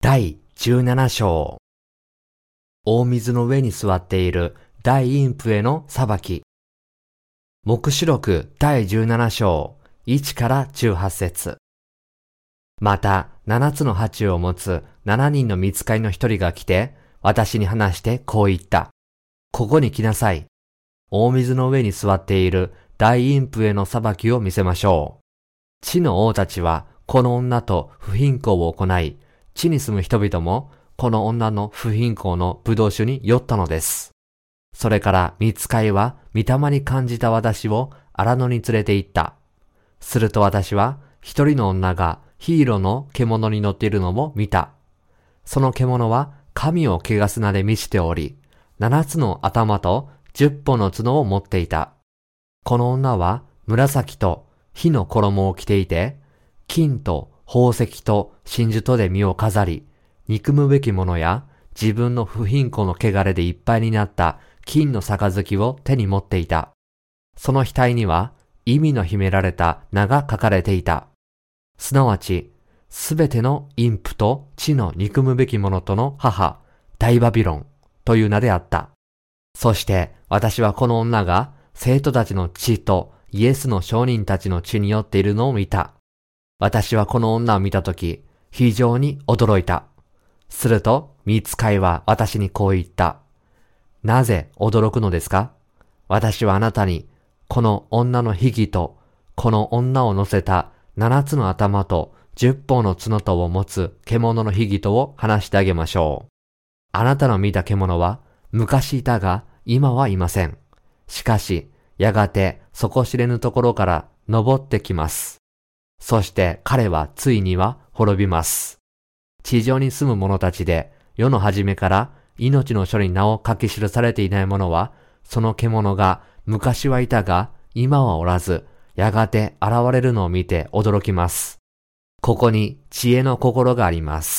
第17章。大水の上に座っている大陰譜への裁き。黙示録第17章1から18節。また、7つの鉢を持つ7人の御使いの一人が来て、私に話してこう言った。ここに来なさい。大水の上に座っている大陰譜への裁きを見せましょう。地の王たちはこの女と不貧困を行い、地に住む人々もこの女の不貧困の葡萄酒に酔ったのです。それから御使いは御霊に感じた私を荒野に連れて行った。すると私は一人の女がヒイロの獣に乗っているのを見た。その獣は髪を汚す名で満ちており、7つの頭と10本の角を持っていた。この女は紫と火の衣を着ていて、金と宝石と真珠とで身を飾り、憎むべきものや自分の不貧困の汚れでいっぱいになった金の杯を手に持っていた。その額には意味の秘められた名が書かれていた。すなわち、すべての陰譜と地の憎むべきものとの母、大バビロンという名であった。そして私はこの女が生徒たちの血とイエスの証人たちの血によっているのを見た。私はこの女を見たとき、非常に驚いた。すると、御使いは私にこう言った。なぜ驚くのですか？私はあなたに、この女の秘技と、この女を乗せた7つの頭と10本の角とを持つ獣の秘技とを話してあげましょう。あなたの見た獣は、昔いたが、今はいません。しかし、やがて底知れぬところから登ってきます。そして彼はついには滅びます。地上に住む者たちで世の初めから命の書に名を書き記されていない者は、その獣が昔はいたが今はおらず、やがて現れるのを見て驚きます。ここに知恵の心があります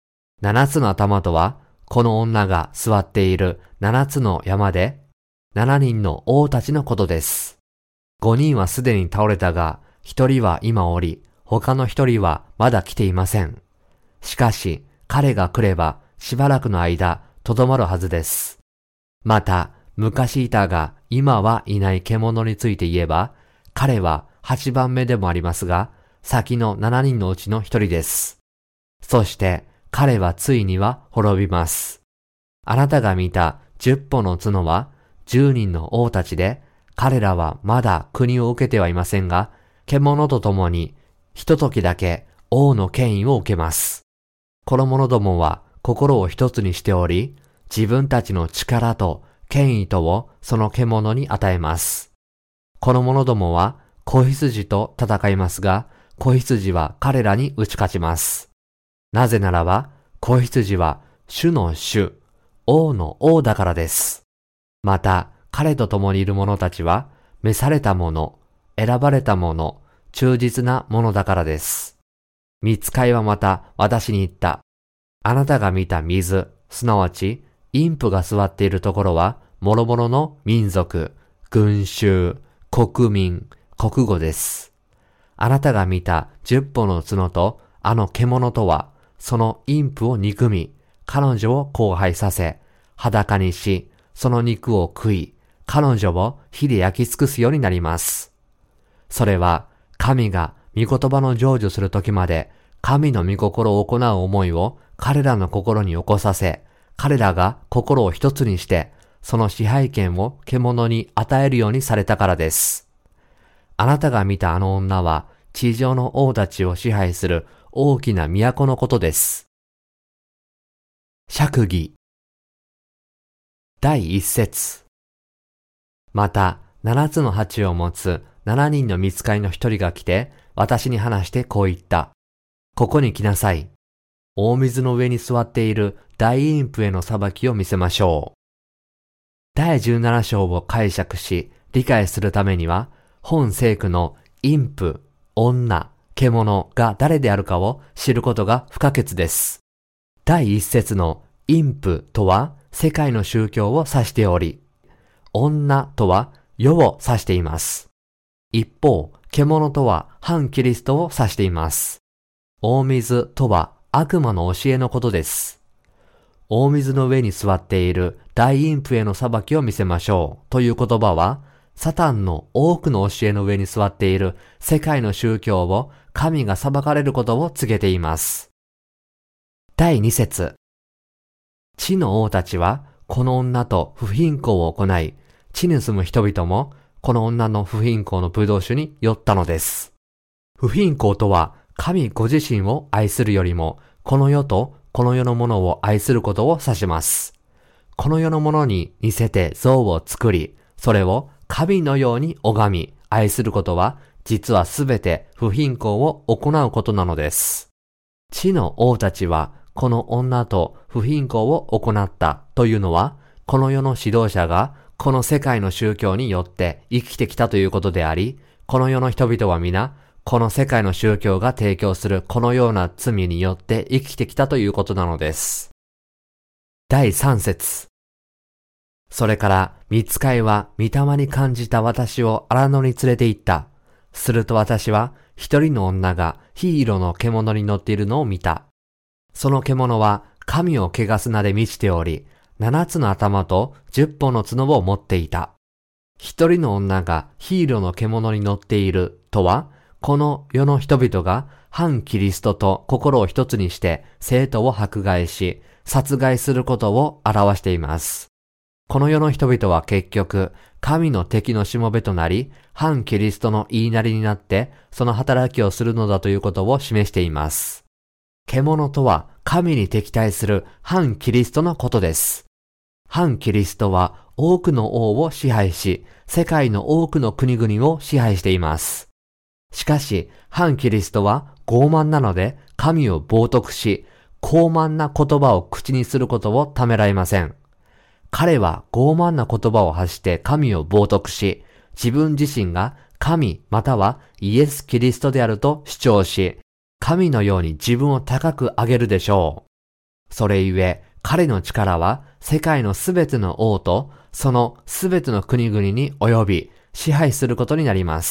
。7つの頭とは、この女が座っている7つの山で、7人の王たちのことです。5人はすでに倒れたが、1人は今おり、他の1人はまだ来ていません。しかし、彼が来ればしばらくの間、とどまるはずです。また、昔いたが今はいない獣について言えば、彼は8番目でもありますが、先の7人のうちの1人です。そして、彼はついには滅びます。あなたが見た10本の角は、10人の王たちで、彼らはまだ国を受けてはいませんが、獣と共に、ひとときだけ王の権威を受けます。この者どもは心を一つにしており、自分たちの力と権威とをその獣に与えます。この者どもは子羊と戦いますが、子羊は彼らに打ち勝ちます。なぜならば、子羊は主の主、王の王だからです。また、彼と共にいる者たちは、召された者、選ばれた者、忠実な者だからです。御使いはまた私に言った。あなたが見た水、すなわち、陰譜が座っているところは、諸々の民族、群衆、国民、国語です。あなたが見た10本の角と、あの獣とは、その陰譜を憎み、彼女を荒廃させ、裸にし、その肉を食い、彼女を火で焼き尽くすようになります。それは、神が御言葉の成就するときまで、神の御心を行う思いを彼らの心に起こさせ、彼らが心を一つにして、その支配権を獣に与えるようにされたからです。あなたが見たあの女は、地上の王たちを支配する大きな都のことです。釈義第一節。また、7つの鉢を持つ7人の御使いの一人が来て、私に話してこう言った。ここに来なさい。大水の上に座っている大陰譜への裁きを見せましょう。第17章を解釈し、理解するためには、本聖句の陰譜、女、獣が誰であるかを知ることが不可欠です。第一節の陰譜とは世界の宗教を指しており、女とは世を指しています。一方、獣とは反キリストを指しています。大水とは悪魔の教えのことです。大水の上に座っている大陰譜への裁きを見せましょうという言葉は、サタンの多くの教えの上に座っている世界の宗教を神が裁かれることを告げています。第2節。地の王たちはこの女と不貧困を行い、地に住む人々もこの女の不貧困のブドウ酒に酔ったのです。不貧困とは神ご自身を愛するよりも、この世とこの世のものを愛することを指します。この世のものに似せて像を作り、それを神のように拝み、愛することは、実はすべて不貧困を行うことなのです。地の王たちは、この女と不貧困を行ったというのは、この世の指導者が、この世界の宗教によって生きてきたということであり、この世の人々は皆、この世界の宗教が提供するこのような罪によって生きてきたということなのです。第3節。それから、御使いは御霊に感じた私を荒野に連れて行った。すると私は、一人の女が火色の獣に乗っているのを見た。その獣は神を汚す名で満ちており、7つの頭と10本の角を持っていた。一人の女が火色の獣に乗っているとは、この世の人々が反キリストと心を一つにして生徒を迫害し、殺害することを表しています。この世の人々は結局、神の敵のしもべとなり、反キリストの言いなりになって、その働きをするのだということを示しています。獣とは、神に敵対する反キリストのことです。反キリストは多くの王を支配し、世界の多くの国々を支配しています。しかし、反キリストは傲慢なので、神を冒涜し、高慢な言葉を口にすることをためらいません。彼は傲慢な言葉を発して神を冒涜し、自分自身が神またはイエス・キリストであると主張し、神のように自分を高く上げるでしょう。それゆえ、彼の力は世界のすべての王とそのすべての国々に及び支配することになります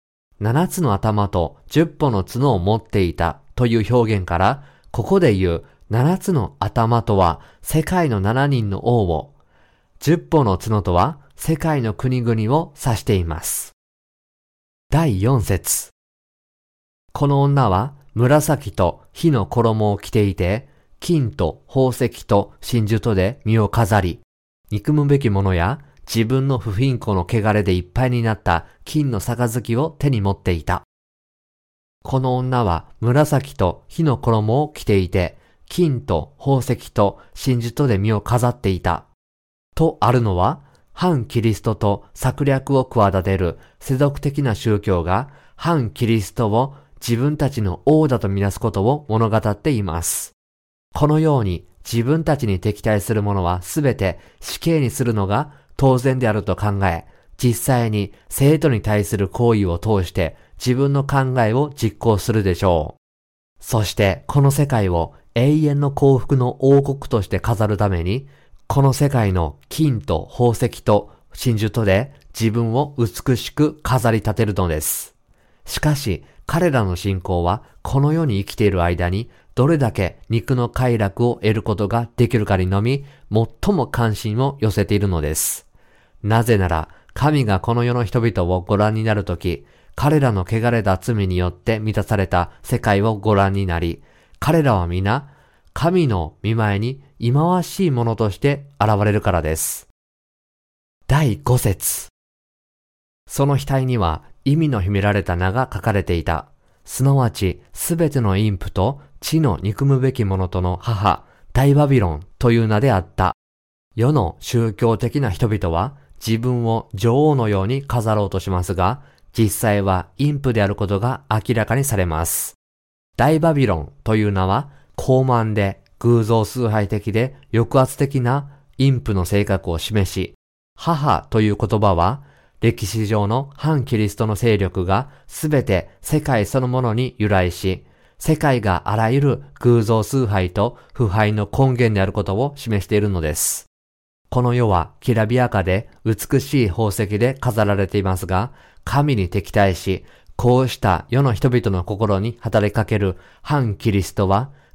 。7つの頭と10本の角を持っていたという表現から、ここで言う7つの頭とは世界の7人の王を、10本の角とは世界の国々を指しています。第4節。この女は紫と火の衣を着ていて、金と宝石と真珠で身を飾り、憎むべきものや自分の不貧困の汚れでいっぱいになった金の杯を手に持っていた。この女は紫と火の衣を着ていて、金と宝石と真珠で身を飾っていた。とあるのは、反キリストと策略を企てる世俗的な宗教が反キリストを自分たちの王だとみなすことを物語っています。このように自分たちに敵対する者はすべて死刑にするのが当然であると考え、実際に生徒に対する行為を通して自分の考えを実行するでしょう。そしてこの世界を永遠の幸福の王国として飾るために、この世界の金と宝石と真珠で自分を美しく飾り立てるのです。しかし彼らの信仰はこの世に生きている間にどれだけ肉の快楽を得ることができるかにのみ最も関心を寄せているのです。なぜなら神がこの世の人々をご覧になるとき、彼らの汚れた罪によって満たされた世界をご覧になり、彼らは皆神の御前に忌まわしいものとして現れるからです。第5節。その額には意味の秘められた名が書かれていた。すなわちすべての陰譜と地の憎むべきものとの母、大バビロンという名であった。世の宗教的な人々は自分を女王のように飾ろうとしますが、実際は陰譜であることが明らかにされます。大バビロンという名は高慢で偶像崇拝的で抑圧的な陰譜の性格を示し、母という言葉は歴史上の反キリストの勢力がすべて世界そのものに由来し、世界があらゆる偶像崇拝と腐敗の根源であることを示しているのです。この世はきらびやかで美しい宝石で飾られていますが、神に敵対し、こうした世の人々の心に働きかける反キリストは、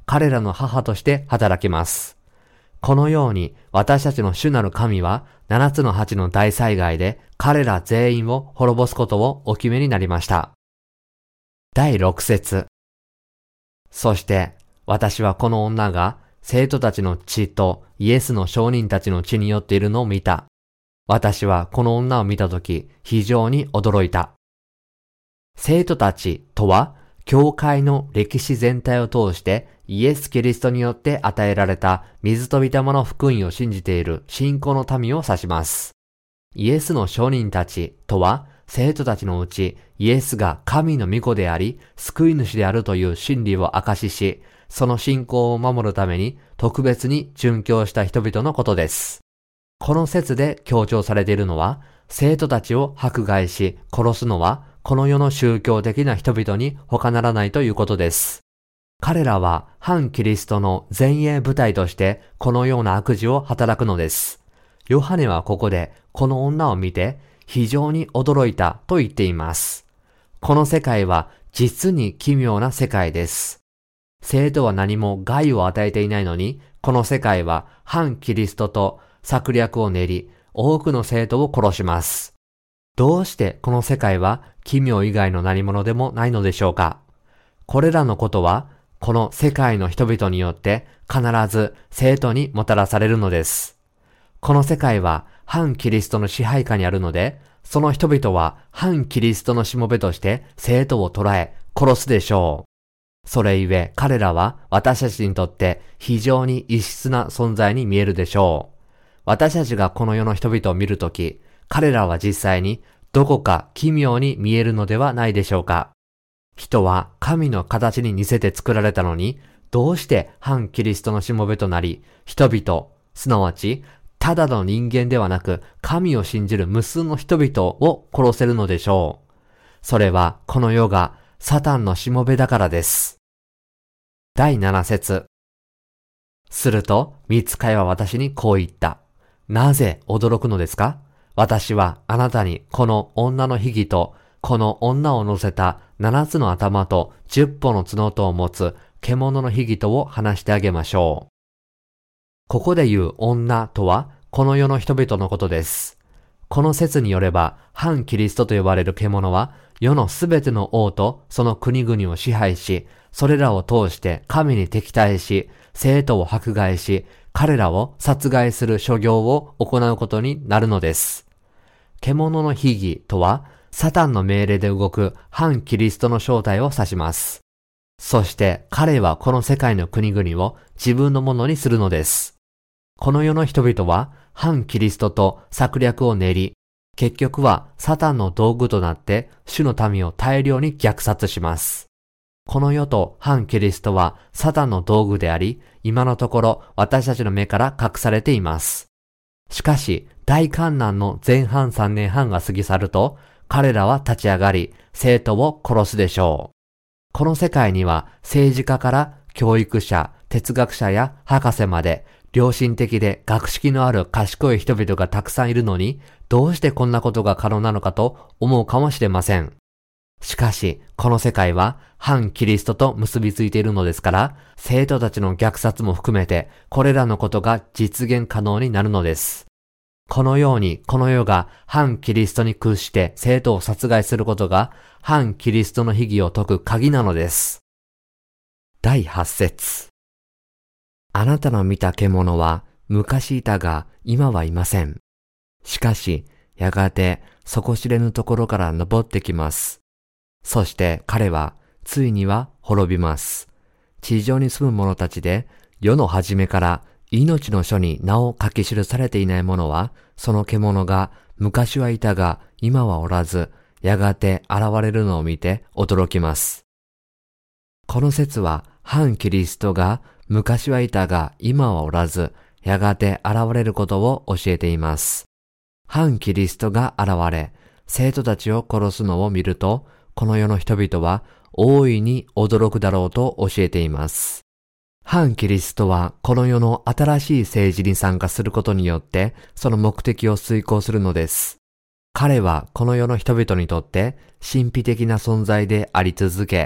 彼らの母として働きます。このように私たちの主なる神は7つの8の大災害で彼ら全員を滅ぼすことをお決めになりました。第6節。そして私はこの女が生徒たちの血とイエスの証人たちの血によっているのを見た。私はこの女を見たとき非常に驚いた。生徒たちとは教会の歴史全体を通してイエス・キリストによって与えられた水と御霊の福音を信じている信仰の民を指します。イエスの証人たちとは生徒たちのうちイエスが神の御子であり救い主であるという真理を証しし、その信仰を守るために特別に殉教した人々のことです。この説で強調されているのは、生徒たちを迫害し殺すのはこの世の宗教的な人々に他ならないということです。彼らは反キリストの前衛部隊としてこのような悪事を働くのです。ヨハネはここでこの女を見て非常に驚いたと言っています。この世界は実に奇妙な世界です。生徒は何も害を与えていないのに、この世界は反キリストと策略を練り、多くの生徒を殺します。どうしてこの世界は奇妙以外の何者でもないのでしょうか。これらのことは、この世界の人々によって必ず生徒にもたらされるのです。この世界は反キリストの支配下にあるので、その人々は反キリストのしもべとして生徒を捕らえ殺すでしょう。それゆえ彼らは私たちにとって非常に異質な存在に見えるでしょう。私たちがこの世の人々を見るとき、彼らは実際にどこか奇妙に見えるのではないでしょうか。人は神の形に似せて作られたのに、どうして反キリストのしもべとなり、人々、すなわちただの人間ではなく神を信じる無数の人々を殺せるのでしょう。それはこの世がサタンのしもべだからです。第7節。すると、御使いは私にこう言った。なぜ驚くのですか？私はあなたにこの女の秘技と、この女を乗せた7つの頭と10本の角とを持つ獣の秘技とを話してあげましょう。ここで言う女とは、この世の人々のことです。この説によれば、反キリストと呼ばれる獣は、世のすべての王とその国々を支配し、それらを通して神に敵対し、生徒を迫害し、彼らを殺害する所業を行うことになるのです。獣の秘技とは、サタンの命令で動く反キリストの正体を指します。そして彼はこの世界の国々を自分のものにするのです。この世の人々は反キリストと策略を練り、結局はサタンの道具となって主の民を大量に虐殺します。この世と反キリストはサタンの道具であり、今のところ私たちの目から隠されています。しかし、大観難の前半3年半が過ぎ去ると、彼らは立ち上がり、生徒を殺すでしょう。この世界には政治家から教育者、哲学者や博士まで、良心的で学識のある賢い人々がたくさんいるのに、どうしてこんなことが可能なのかと思うかもしれません。しかし、この世界は反キリストと結びついているのですから、生徒たちの虐殺も含めて、これらのことが実現可能になるのです。このように、この世が反キリストに屈して生徒を殺害することが、反キリストの秘技を解く鍵なのです。第8節。あなたの見た獣は昔いたが今はいません。しかし、やがて底知れぬところから登ってきます。そして彼はついには滅びます。地上に住む者たちで、世の初めから命の書に名を書き記されていない者は、その獣が昔はいたが今はおらず、やがて現れるのを見て驚きます。この説は反キリストが昔はいたが今はおらず、やがて現れることを教えています。反キリストが現れ、生徒たちを殺すのを見ると、この世の人々は大いに驚くだろうと教えています。反キリストはこの世の新しい政治に参加することによってその目的を遂行するのです。彼はこの世の人々にとって神秘的な存在であり続け、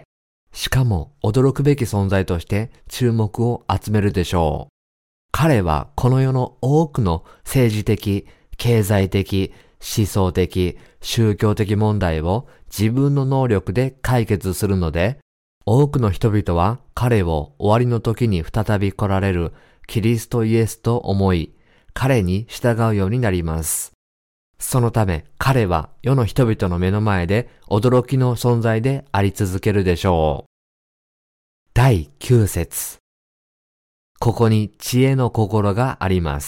しかも驚くべき存在として注目を集めるでしょう。彼はこの世の多くの政治的、経済的、思想的、宗教的問題を自分の能力で解決するので、多くの人々は彼を終わりの時に再び来られるキリストイエスと思い、彼に従うようになります。そのため彼は世の人々の目の前で驚きの存在であり続けるでしょう。第9節。ここに知恵の心があります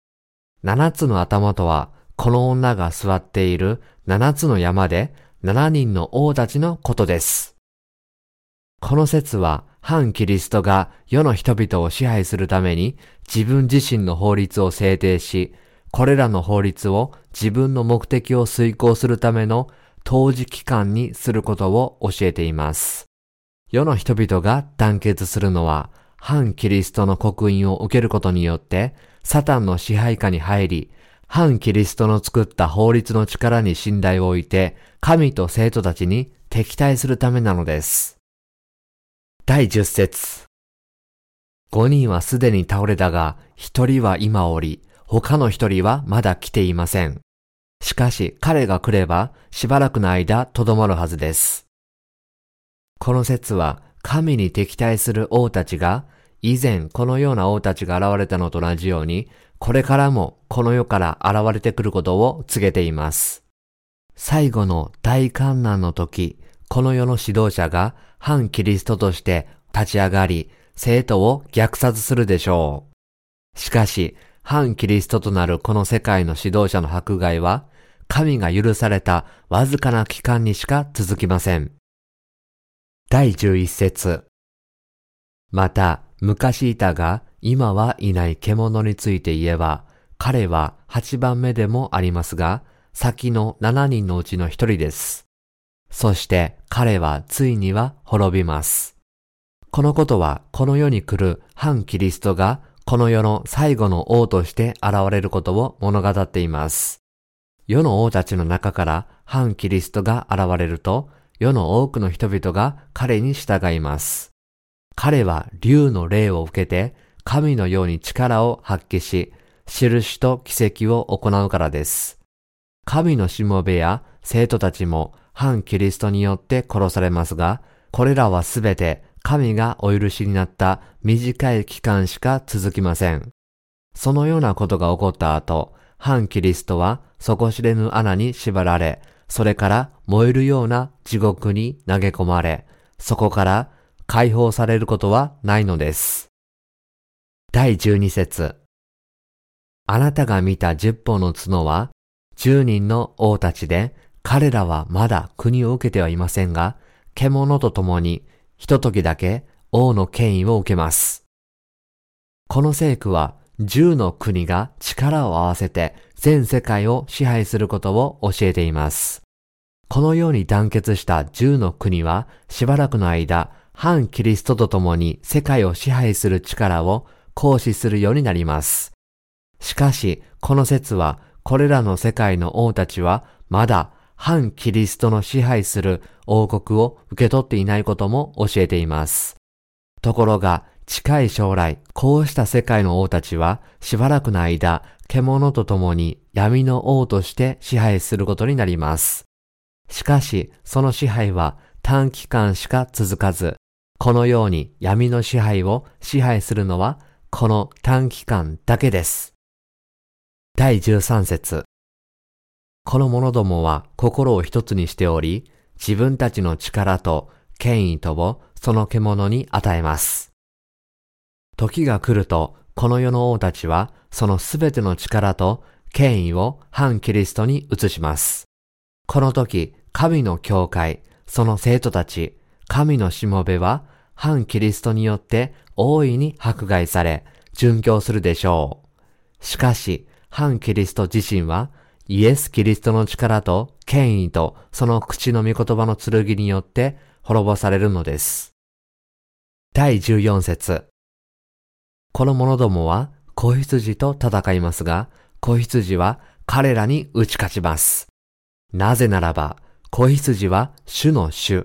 。7つの頭とは、この女が座っている7つの山で7人の王たちのことです。この説は、反キリストが世の人々を支配するために自分自身の法律を制定し、これらの法律を自分の目的を遂行するための当時期間にすることを教えています。世の人々が団結するのは、反キリストの刻印を受けることによって、サタンの支配下に入り、反キリストの作った法律の力に信頼を置いて、神と生徒たちに敵対するためなのです。第10節。5人はすでに倒れたが、1人は今おり、他の1人はまだ来ていません。しかし彼が来れば、しばらくの間とどまるはずです。この説は、神に敵対する王たちが、以前このような王たちが現れたのと同じように、これからもこの世から現れてくることを告げています。最後の大患難の時、この世の指導者が反キリストとして立ち上がり、生徒を虐殺するでしょう。しかし、反キリストとなるこの世界の指導者の迫害は、神が許されたわずかな期間にしか続きません。第11節。また、昔いたが今はいない獣について言えば、彼は8番目でもありますが、先の7人のうちの1人です。そして彼はついには滅びます。このことはこの世に来る反キリストがこの世の最後の王として現れることを物語っています。世の王たちの中から反キリストが現れると、世の多くの人々が彼に従います。彼は竜の霊を受けて神のように力を発揮し、印と奇跡を行うからです。神のしもべや生徒たちも反キリストによって殺されますが、これらはすべて神がお許しになった短い期間しか続きません。そのようなことが起こった後、反キリストは底知れぬ穴に縛られ、それから燃えるような地獄に投げ込まれ、そこから解放されることはないのです。第12節。あなたが見た10本の角は10人の王たちで、彼らはまだ国を受けてはいませんが、獣と共にひとときだけ王の権威を受けます。この聖句は10の国が力を合わせて全世界を支配することを教えています。このように団結した10の国はしばらくの間、反キリストと共に世界を支配する力を行使するようになります。しかし、この説はこれらの世界の王たちはまだ反キリストの支配する王国を受け取っていないことも教えています。ところが近い将来、こうした世界の王たちはしばらくの間、獣と共に闇の王として支配することになります。しかし、その支配は短期間しか続かず、このように闇の支配を支配するのはこの短期間だけです。第13節。この者どもは心を一つにしており、自分たちの力と権威とをその獣に与えます。時が来ると、この世の王たちはそのすべての力と権威を反キリストに移します。この時、神の教会、その生徒たち、神のしもべは反キリストによって大いに迫害され、殉教するでしょう。しかし、反キリスト自身はイエス・キリストの力と権威とその口の御言葉の剣によって滅ぼされるのです。第14節。この者どもは子羊と戦いますが、子羊は彼らに打ち勝ちます。なぜならば、子羊は主の主、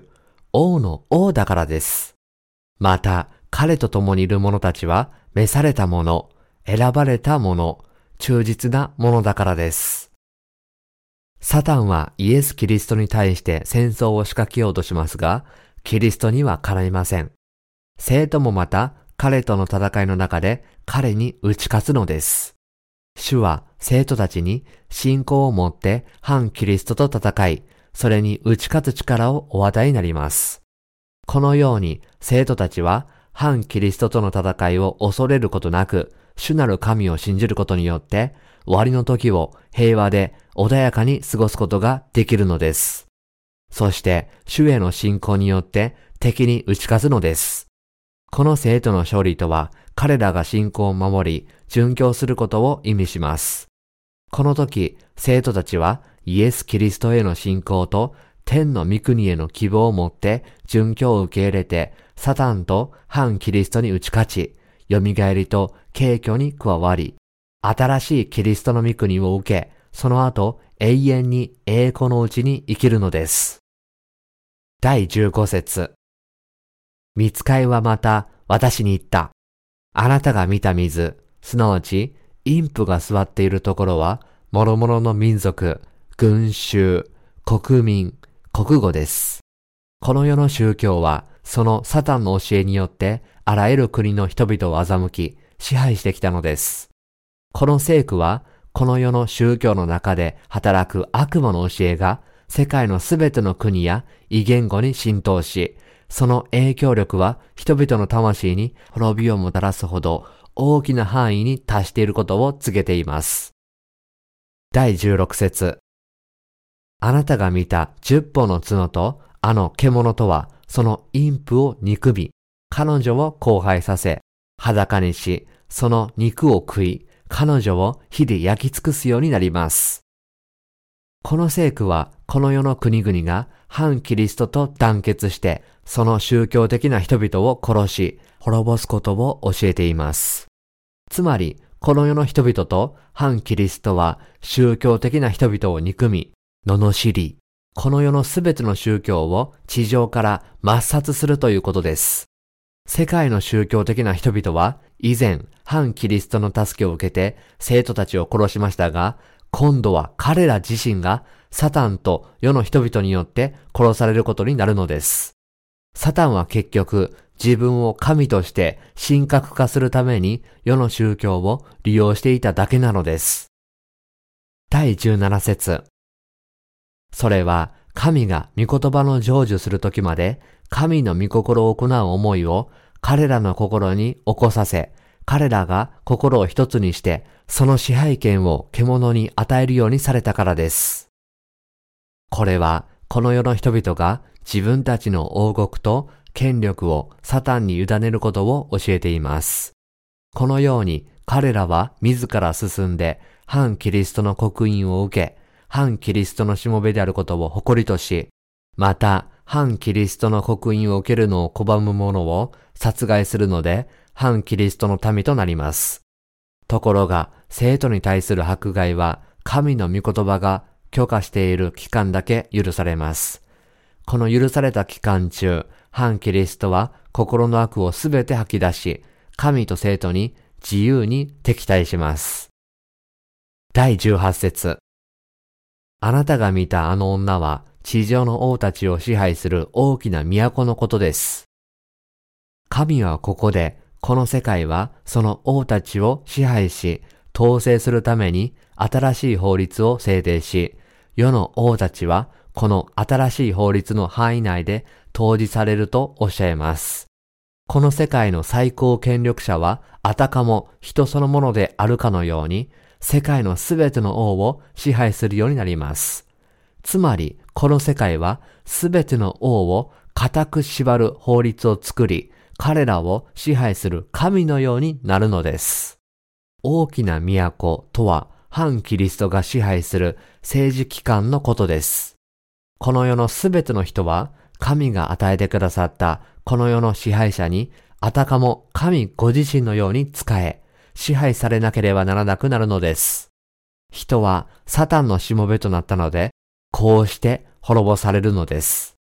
王の王だからです。また、彼と共にいる者たちは、召された者、選ばれた者、忠実な者だからです。サタンはイエス・キリストに対して戦争を仕掛けようとしますが、キリストにはかないません。生徒もまた、彼との戦いの中で彼に打ち勝つのです。主は生徒たちに信仰を持って反キリストと戦い、それに打ち勝つ力をお与えになります。このように生徒たちは反キリストとの戦いを恐れることなく、主なる神を信じることによって、終わりの時を平和で穏やかに過ごすことができるのです。そして主への信仰によって敵に打ち勝つのです。この生徒の勝利とは、彼らが信仰を守り、殉教することを意味します。この時、生徒たちはイエス・キリストへの信仰と天の御国への希望を持って殉教を受け入れて、サタンと反キリストに打ち勝ち、蘇りと敬虚に加わり、新しいキリストの御国を受け、その後永遠に栄光のうちに生きるのです。第15節。御使いはまた私に言った。あなたが見た水、すなわち陰婦が座っているところは、諸々の民族、群衆、国民、国語です。この世の宗教は、そのサタンの教えによって、あらゆる国の人々を欺き、支配してきたのです。この聖句は、この世の宗教の中で働く悪魔の教えが、世界のすべての国や異言語に浸透し、その影響力は人々の魂に滅びをもたらすほど大きな範囲に達していることを告げています。第16節。あなたが見た10本の角とあの獣とはその陰婦を憎み、彼女を荒廃させ、裸にし、その肉を食い、彼女を火で焼き尽くすようになります。この聖句はこの世の国々が反キリストと団結して、その宗教的な人々を殺し、滅ぼすことを教えています。つまり、この世の人々と反キリストは宗教的な人々を憎み、罵り、この世のすべての宗教を地上から抹殺するということです。世界の宗教的な人々は以前反キリストの助けを受けて生徒たちを殺しましたが、今度は彼ら自身がサタンと世の人々によって殺されることになるのです。サタンは結局自分を神として神格化するために世の宗教を利用していただけなのです。第17節。それは神が御言葉の成就する時まで神の御心を行う思いを彼らの心に起こさせ、彼らが心を一つにしてその支配権を獣に与えるようにされたからです。これはこの世の人々が自分たちの王国と権力をサタンに委ねることを教えています。このように彼らは自ら進んで反キリストの刻印を受け、反キリストのしもべであることを誇りとし、また反キリストの刻印を受けるのを拒む者を殺害するので、反キリストの民となります。ところが、生徒に対する迫害は神の御言葉が許可している期間だけ許されます。この許された期間中、反キリストは心の悪をすべて吐き出し、神と生徒に自由に敵対します。第18節。あなたが見たあの女は地上の王たちを支配する大きな都のことです。神はここで、この世界はその王たちを支配し、統制するために新しい法律を制定し、世の王たちはこの新しい法律の範囲内で統治されるとおっしゃいます。この世界の最高権力者はあたかも人そのものであるかのように、世界のすべての王を支配するようになります。つまり、この世界はすべての王を固く縛る法律を作り、彼らを支配する神のようになるのです。大きな都とは反キリストが支配する政治機関のことです。この世のすべての人は神が与えてくださったこの世の支配者にあたかも神ご自身のように仕え、支配されなければならなくなるのです。人はサタンのしもべとなったので、こうして滅ぼされるのです。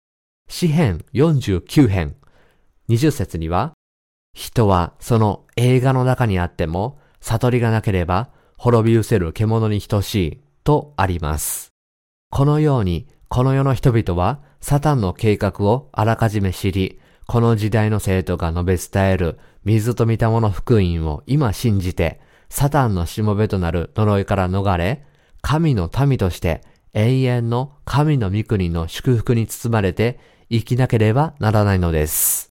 詩編49編20節には、人はその映画の中にあっても、悟りがなければ滅び失せる獣に等しいとあります。このように、この世の人々はサタンの計画をあらかじめ知り、この時代の生徒が述べ伝える水と御霊の福音を今信じて、サタンのしもべとなる呪いから逃れ、神の民として永遠の神の御国の祝福に包まれて生きなければならないのです。